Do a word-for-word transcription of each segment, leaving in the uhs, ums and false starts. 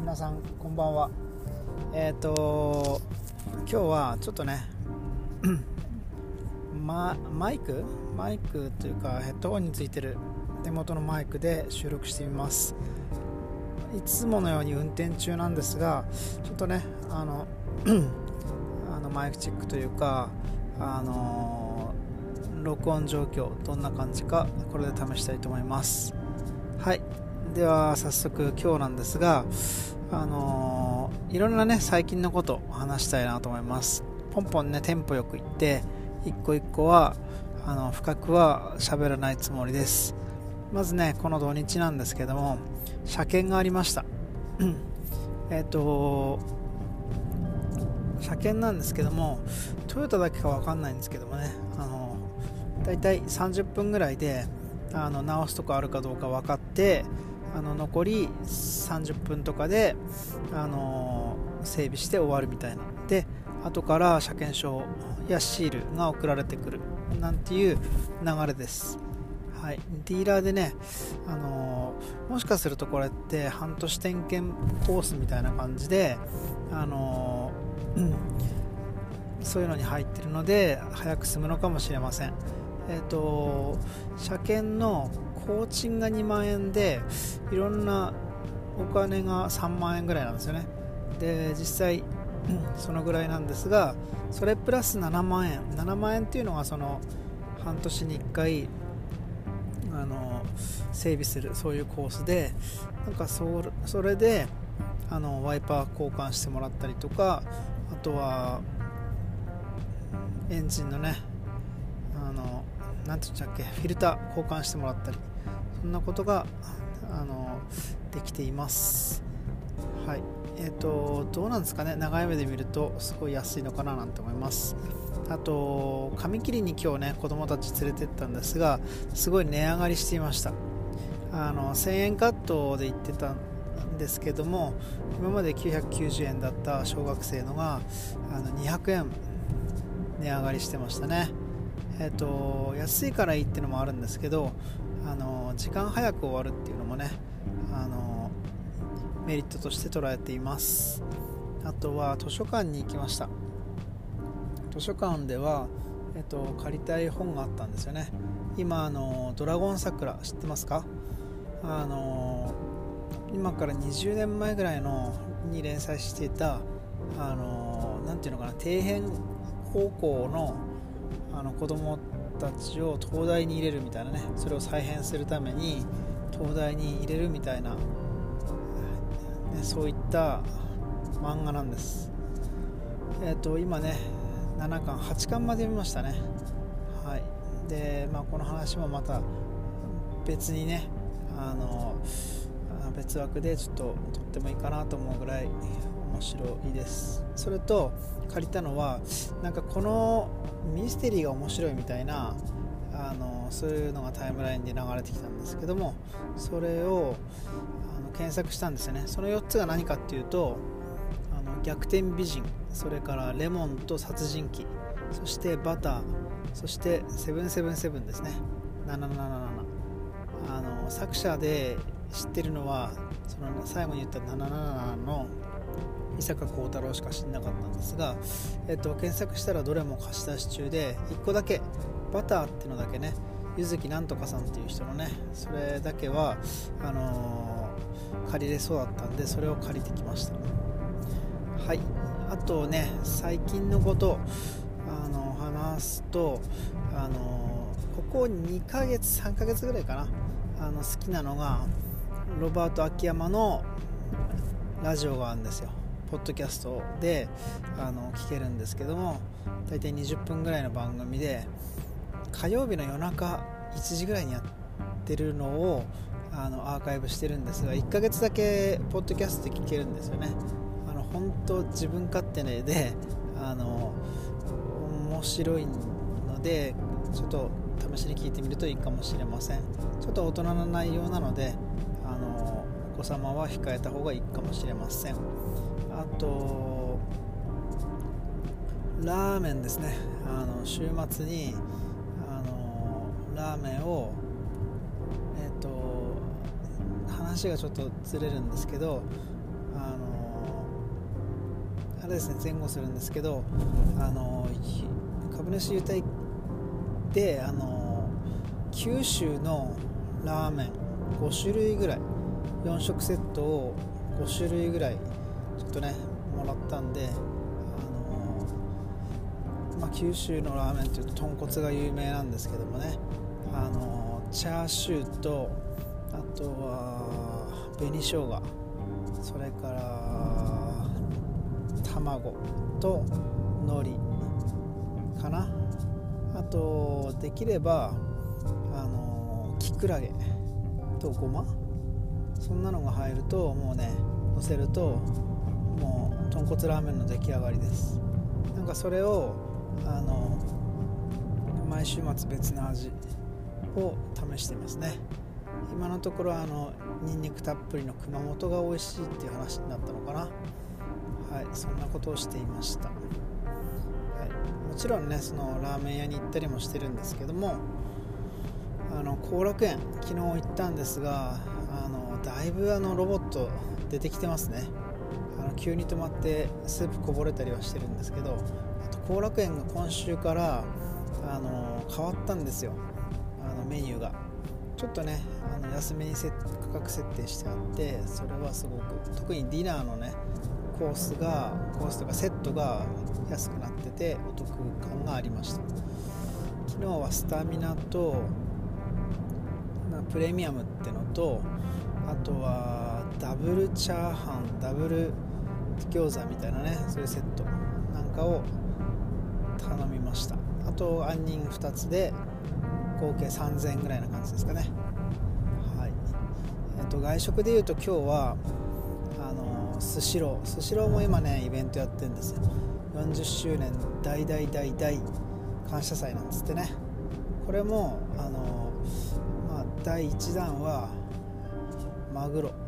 皆さんこんばんは。えっ、ー、と今日はちょっとねマ, マイクマイクというかヘッドホンについてる手元のマイクで収録してみます。いつものように運転中なんですが、ちょっとねあのあのマイクチェックというかあの録音状況どんな感じかこれで試したいと思います。はい、では早速今日なんですが、あのー、いろんなね最近のことを話したいなと思います。ポンポンねテンポよくいって一個一個はあの深くは喋らないつもりです。まずねこの土日なんですけども、車検がありましたえっと車検なんですけども、トヨタだけか分かんないんですけどもね、あのだいたいさんじゅっぷんぐらいであの直すとこあるかどうか分かって、あの残りさんじゅっぷんとかで、あの整備して終わるみたいなで、後から車検証やシールが送られてくるなんていう流れです。はい、ディーラーでね、あのー、もしかするとこれって半年点検コースみたいな感じで、あのーうん、そういうのに入ってるので早く済むのかもしれません。えーと、車検の工賃がにまんえんでいろんなお金がさんまんえんぐらいなんですよね。で実際そのぐらいなんですが、それプラスななまんえんななまんえんっていうのがその半年にいっかいあの整備するそういうコースで、なんか そ, それであのワイパー交換してもらったりとか、あとはエンジンのねあのなんて言ったっけフィルター交換してもらったり、そんなことがあのできています。はい、えーとどうなんですかね、長い目で見るとすごい安いのかななんて思います。あと髪切りに今日ね子供たち連れてったんですが、すごい値上がりしていました。あのせんえんカットで行ってたんですけども、今まできゅうひゃくきゅうじゅうえんだった小学生のがあのにひゃくえん値上がりしてましたね。えーと安いからいいっていうのもあるんですけど、あの時間早く終わるっていうのもねあのメリットとして捉えています。あとは図書館に行きました。図書館では、えっと、借りたい本があったんですよね。今あのドラゴン桜知ってますか？あの今からにじゅうねんまえぐらいのに連載していたあのなんていうのかな、底辺高校のあの子供たちを東大に入れるみたいなね、それを再編するために東大に入れるみたいな、ね、そういった漫画なんです。えっと今ねななかんはちかんまで読みましたね。はい、で、まあ、この話もまた別にねあの別枠でちょっととってもいいかなと思うぐらい面白いです。それと借りたのはなんかこのミステリーが面白いみたいなあのそういうのがタイムラインで流れてきたんですけども、それをあの検索したんですよね。そのよっつが何かっていうと、あの逆転美人、それからレモンと殺人鬼、そしてバター、そしてセブンセブンセブンですね。なななななな、あの作者で知ってるのはその最後に言ったなななななの伊坂幸太郎しか知らなかったんですが、えっと、検索したらどれも貸し出し中で、いっこだけバターっていうのだけね、柚木なんとかさんっていう人のね、それだけはあのー、借りれそうだったんで、それを借りてきました。はい、あとね最近のことあの話すと、あのここにかげつさんかげつぐらいかな、あの好きなのがロバート秋山のラジオがあるんですよ。ポッドキャストであの聞けるんですけども、だいたいにじゅっぷんぐらいの番組で火曜日の夜中いちじぐらいにやってるのをあのアーカイブしてるんですが、いっかげつだけポッドキャストで聞けるんですよね。あの本当自分勝手であの面白いので、ちょっと試しに聞いてみるといいかもしれません。ちょっと大人な内容なので、あのお子様は控えた方がいいかもしれません。あとラーメンですね。あの週末にあのラーメンをえっと話がちょっとずれるんですけど、あのあれですね前後するんですけど、あの株主優待であの九州のラーメンごしゅるいぐらい、よんしょくセットをごしゅるいぐらいちょっとねもらったんで、あの、まあ、九州のラーメンというと豚骨が有名なんですけどもね、あのチャーシューとあとは紅生姜、それから卵と海苔かな、あとできればあのキクラゲとごま、そんなのが入るともうね乗せるともう豚骨ラーメンの出来上がりです。なんかそれをあの毎週末別の味を試していますね。今のところあのニンニクたっぷりの熊本が美味しいっていう話になったのかな。はい、そんなことをしていました。はい、もちろんねそのラーメン屋に行ったりもしてるんですけども、あの後楽園昨日行ったんですが、あのだいぶあのロボット出てきてますね。あの急に止まってスープこぼれたりはしてるんですけど、あと後楽園が今週からあの変わったんですよ。あのメニューがちょっとねあの安めに価格設定してあって、それはすごく特にディナーのねコースがコースとかセットが安くなっててお得感がありました。昨日はスタミナと、まあ、プレミアムってのと、あとはダブルチャーハン、ダブル餃子みたいなね、そういうセットなんかを頼みました。あと杏仁ふたつで合計さんぜんえんぐらいな感じですかね。はい、えっと外食でいうと今日はあのスシロースシローも今ねイベントやってるんですよ。よんじゅっしゅうねん大大大大感謝祭なんつってね。これもあの、まあ、だいいちだんはマグロ、ね、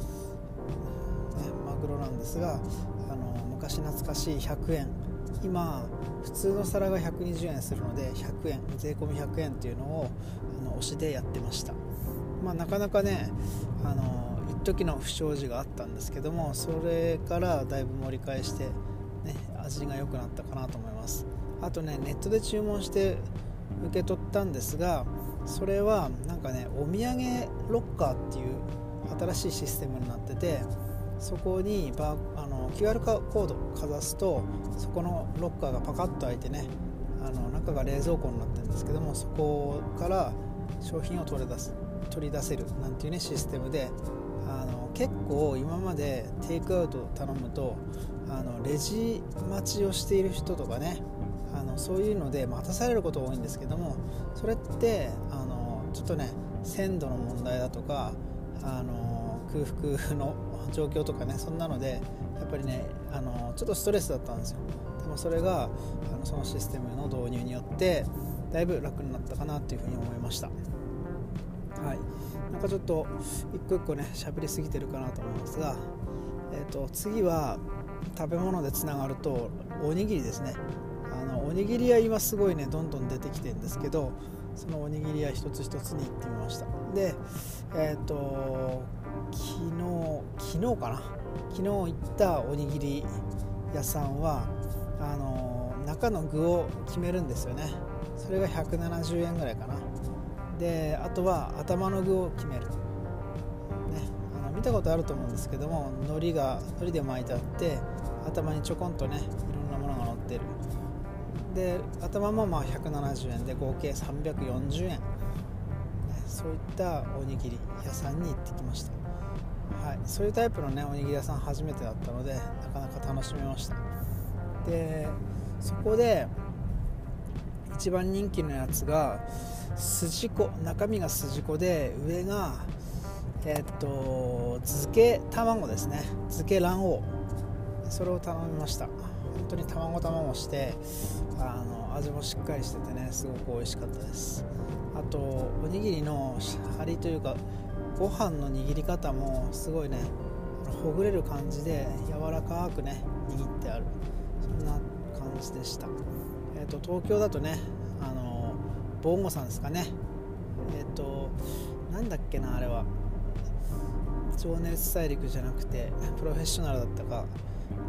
マグロなんですが、あの昔懐かしいひゃくえん、今普通の皿がひゃくにじゅうえんするのでひゃくえん、税込みひゃくえんっていうのをあの推しでやってました。まあ、なかなかねあの一時の不祥事があったんですけども、それからだいぶ盛り返して、ね、味が良くなったかなと思います。あとねネットで注文して受け取ったんですが、それはなんかねお土産ロッカーっていう新しいシステムになってて、そこにバーあの キューアール コードかざすとそこのロッカーがパカッと開いてね、あの中が冷蔵庫になってるんですけども、そこから商品を取り出す取り出せるなんていうねシステムで、あの結構今までテイクアウト頼むとあのレジ待ちをしている人とかね、あのそういうので待たされることが多いんですけども、それってあのちょっとね鮮度の問題だとか、あの空腹の状況とかね、そんなのでやっぱりねあのちょっとストレスだったんですよ。でもそれがあのそのシステムの導入によってだいぶ楽になったかなというふうに思いました。はい、なんかちょっと一個一個ね喋りすぎてるかなと思いますが、えーと、次は食べ物でつながるとおにぎりですね。あのおにぎり屋今すごいねどんどん出てきてるんですけど、そのおにぎり屋一つ一つに行ってみました。でえっ、ー、と昨日昨日かな昨日行ったおにぎり屋さんはあの中の具を決めるんですよね。それがひゃくななじゅうえんぐらいかな。であとは頭の具を決める、ね、あの見たことあると思うんですけども、海苔が海苔で巻いてあって頭にちょこんとねいろんなものが乗ってる。で頭もまあひゃくななじゅうえんで合計さんびゃくよんじゅうえん、ね、そういったおにぎり屋さんに行ってきました。はい、そういうタイプのねおにぎり屋さん初めてだったのでなかなか楽しめました。でそこで一番人気のやつがすじこ、中身がすじこで上がえっと漬け卵ですね、漬け卵黄、それを頼みました。本当に卵卵してあの味もしっかりしててねすごく美味しかったです。あとおにぎりの張りというかご飯の握り方もすごいねほぐれる感じで柔らかくね握ってある、そんな感じでした。えっと東京だとねあのぼんごさんですかね、えっとなんだっけなあれは情熱大陸じゃなくてプロフェッショナルだったかね、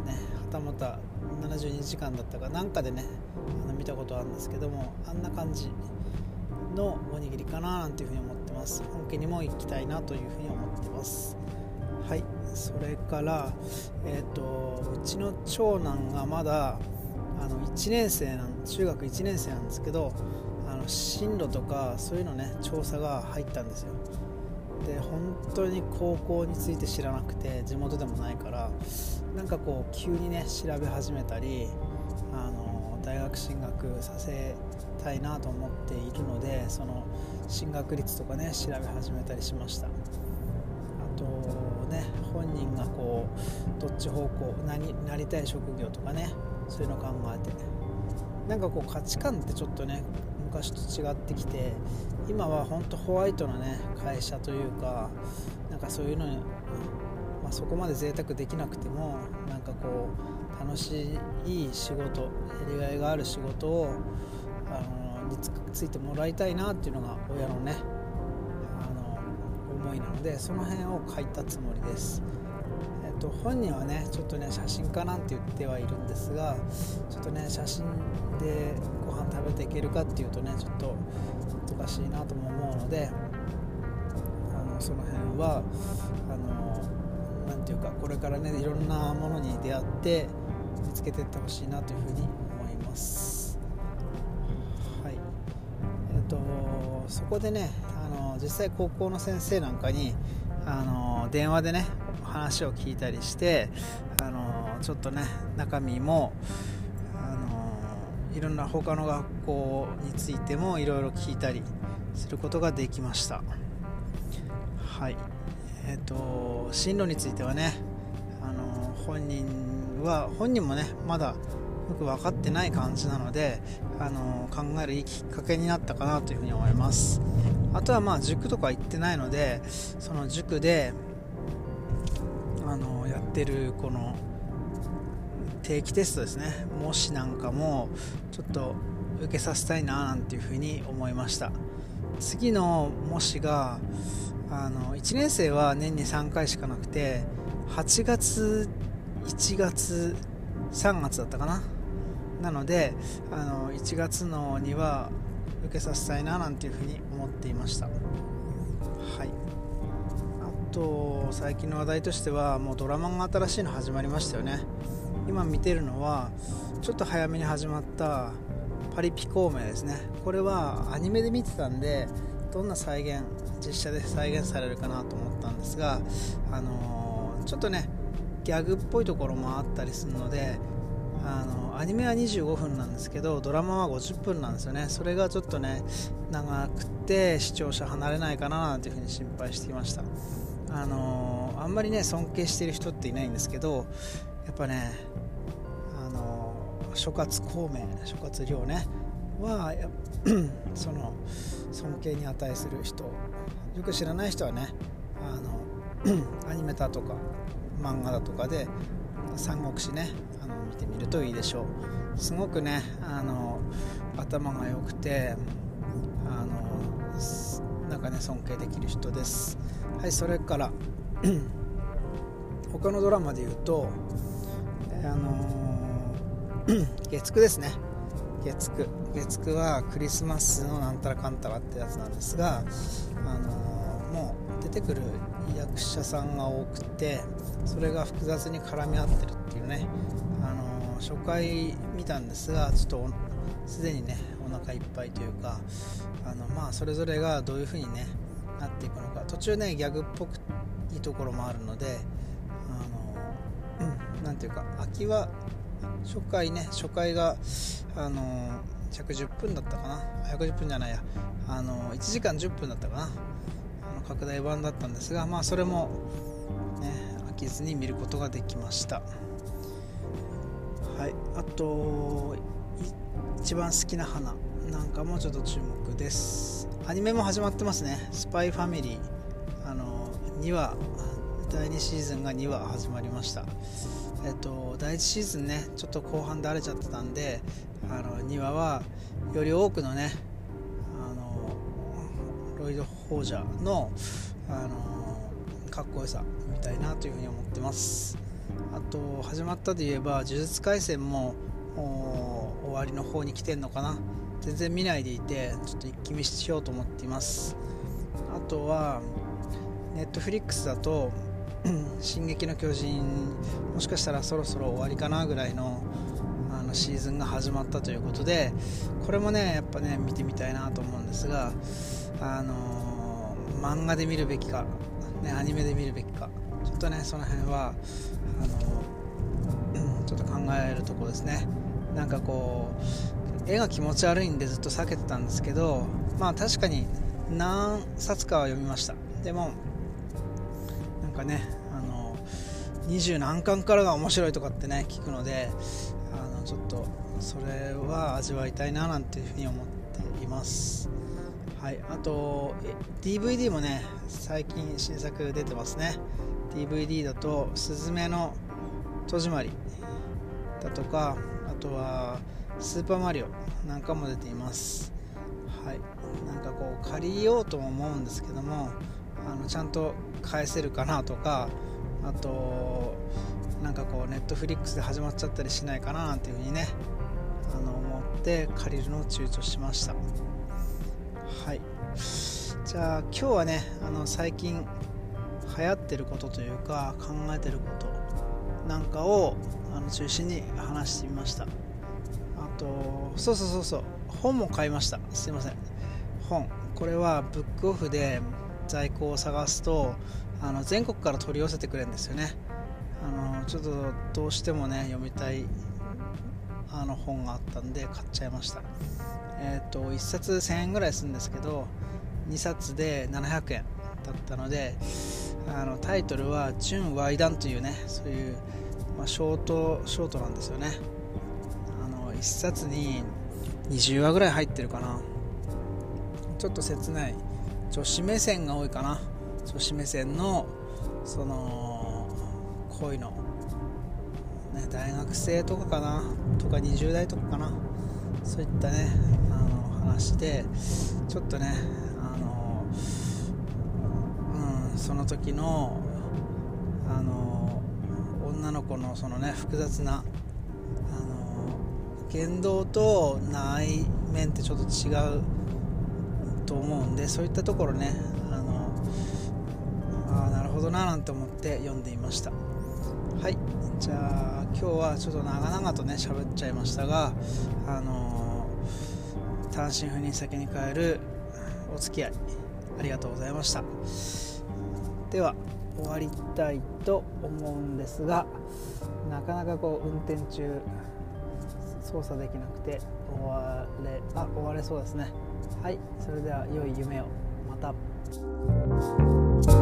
たまたななじゅうにじかんだったかなんかでねあの見たことあるんですけども、あんな感じのおにぎりかななんていうふうに思ってます。本家にも行きたいなというふうに思ってます。はい、それからえっ、ー、とうちの長男がまだあのいちねん生なん中学いちねん生なんですけど、あの進路とかそういうのね調査が入ったんですよ。で本当に高校について知らなくて、地元でもないからなんかこう急にね調べ始めたり、あの大学進学させたいなと思っているので、その進学率とかね調べ始めたりしました。あとね本人がこうどっち方向何なりたい職業とかね、そういうの考えて、なんかこう価値観ってちょっとね昔と違ってきて、今は本当ホワイトのね会社というか、なんかそういうのに、まあ、そこまで贅沢できなくてもなんかこう楽しい仕事、やりがいがある仕事をあのに つ, ついてもらいたいなっていうのが親のねあの思いなので、その辺を書いたつもりです。えっと、本人はねちょっとね写真家なんて言ってはいるんですが、ちょっとね写真でご飯食べていけるかっていうとねちょっと難しいなとも思うので、あのその辺はあのなんていうかこれからねいろんなものに出会って見つけていってほしいなというふうに思います。はい、えっとそこでねあの実際高校の先生なんかにあの電話でね話を聞いたりして、あのちょっとね中身もあのいろんな他の学校についてもいろいろ聞いたりすることができました。はい、えっと進路についてはねあの本人は本人もねまだよく分かってない感じなので、あの考えるいいきっかけになったかなというふうに思います。あとはまあ塾とか行ってないので、その塾であのやってるこの定期テストですね、模試なんかもちょっと受けさせたいななんていうふうに思いました。次の模試があのいちねん生は年にさんかいしかなくて、はちがついちがつさんがつだったかな。なのであのいちがつのには受けさせたいななんていうふうに思っていました。はい、あと最近の話題としてはもうドラマが新しいの始まりましたよね。今見てるのはちょっと早めに始まったパリピ孔明ですね。これはアニメで見てたんでどんな再現実写で再現されるかなと思ったんですが、あのー、ちょっとねギャグっぽいところもあったりするので、あのアニメはにじゅうごふんなんですけどドラマはごじゅっぷんなんですよね。それがちょっとね長くて視聴者離れないかななんていうふうに心配していました。あのー、あんまりね尊敬している人っていないんですけど、やっぱねあのー、諸葛孔明諸葛亮ねはその尊敬に値する人、よく知らない人はねあのアニメだとか漫画だとかで三国志ねあの見てみるといいでしょう。すごくねあの頭が良くてあのなんかね尊敬できる人です。はい、それから他のドラマで言うとあの月9ですね。月9月9はクリスマスのなんたらかんたらってやつなんですが、あのもう出てくる役者さんが多くてそれが複雑に絡み合ってるっていうね、あの初回見たんですがちょっとすでにねお腹いっぱいというか、あのまあそれぞれがどういう風にねなっていくのか、途中ねギャグっぽくいいところもあるので、あの、うん、なんていうか秋は初回ね初回があのひゃくじゅっぷんだったかな、ひゃくじゅっぷんじゃないやあのいちじかんじゅっぷんだったかな、あの拡大版だったんですが、まあそれもね飽きずに見ることができました。はい、あと一番好きな花なんかもちょっと注目です。アニメも始まってますね。スパイファミリーあのにわだいにシーズンがにわ始まりました。えっとだいいちシーズンねちょっと後半で荒れちゃってたんで、あのにわはより多くのねあのロイド・ホージャーのあのかっこよさみたいなというふうに思ってます。 あと始まったで言えば呪術廻戦も終わりの方に来てんのかな。全然見ないでいてちょっと一気見しようと思っています。あとはネットフリックスだと進撃の巨人もしかしたらそろそろ終わりかなぐらいのあのシーズンが始まったということで、これもねやっぱね見てみたいなと思うんですが、あのー、漫画で見るべきか、ね、アニメで見るべきか、ちょっとねその辺はあのー、ちょっと考えるところですね。なんかこう絵が気持ち悪いんでずっと避けてたんですけど、まあ確かに何冊かは読みました。でもなんかねあのにじゅう何巻からが面白いとかってね聞くので、あのちょっとそれは味わいたいななんていうふうに思っています。はい、あと ディーブイディー もね最近新作出てますね。 ディーブイディー だとすずめの戸締まりだとか、あとはスーパーマリオなんかも出ています。はい、なんかこう借りようとも思うんですけども、あのちゃんと返せるかなとか、あとなんかこうネットフリックスで始まっちゃったりしないかななんていう風にねあの思って借りるのを躊躇しました。はい、じゃあ今日はねあの最近流行ってることというか考えてることなんかをあの中心に話してみました。あとそうそうそうそう本も買いました。すいません、本これはブックオフで在庫を探すとあの全国から取り寄せてくれるんですよね。あのちょっとどうしてもね読みたいあの本があったんで買っちゃいました。えっといっさつせんえんぐらいするんですけどにさつでななひゃくえんだったので、あのタイトルは純ワイダンというねそういう、まあ、ショートショートなんですよね。あのいっさつににじゅうわぐらい入ってるかな。ちょっと切ない女子目線が多いかな。女子目線のその恋の、ね、大学生とかかなとかにじゅうだいとかかな、そういったねあの話でちょっとねあの、うん、その時のあの女の子のそのね複雑なあの言動と内面ってちょっと違うと思うんで、そういったところねあのあなるほどななんて思って読んでいました。はい、じゃあ今日はちょっと長々とね喋っちゃいましたが、あの単身赴任先に帰るお付き合いありがとうございました。では終わりたいと思うんですが、なかなかこう運転中操作できなくて終われあ終われそうですね。はい、それでは良い夢を。また。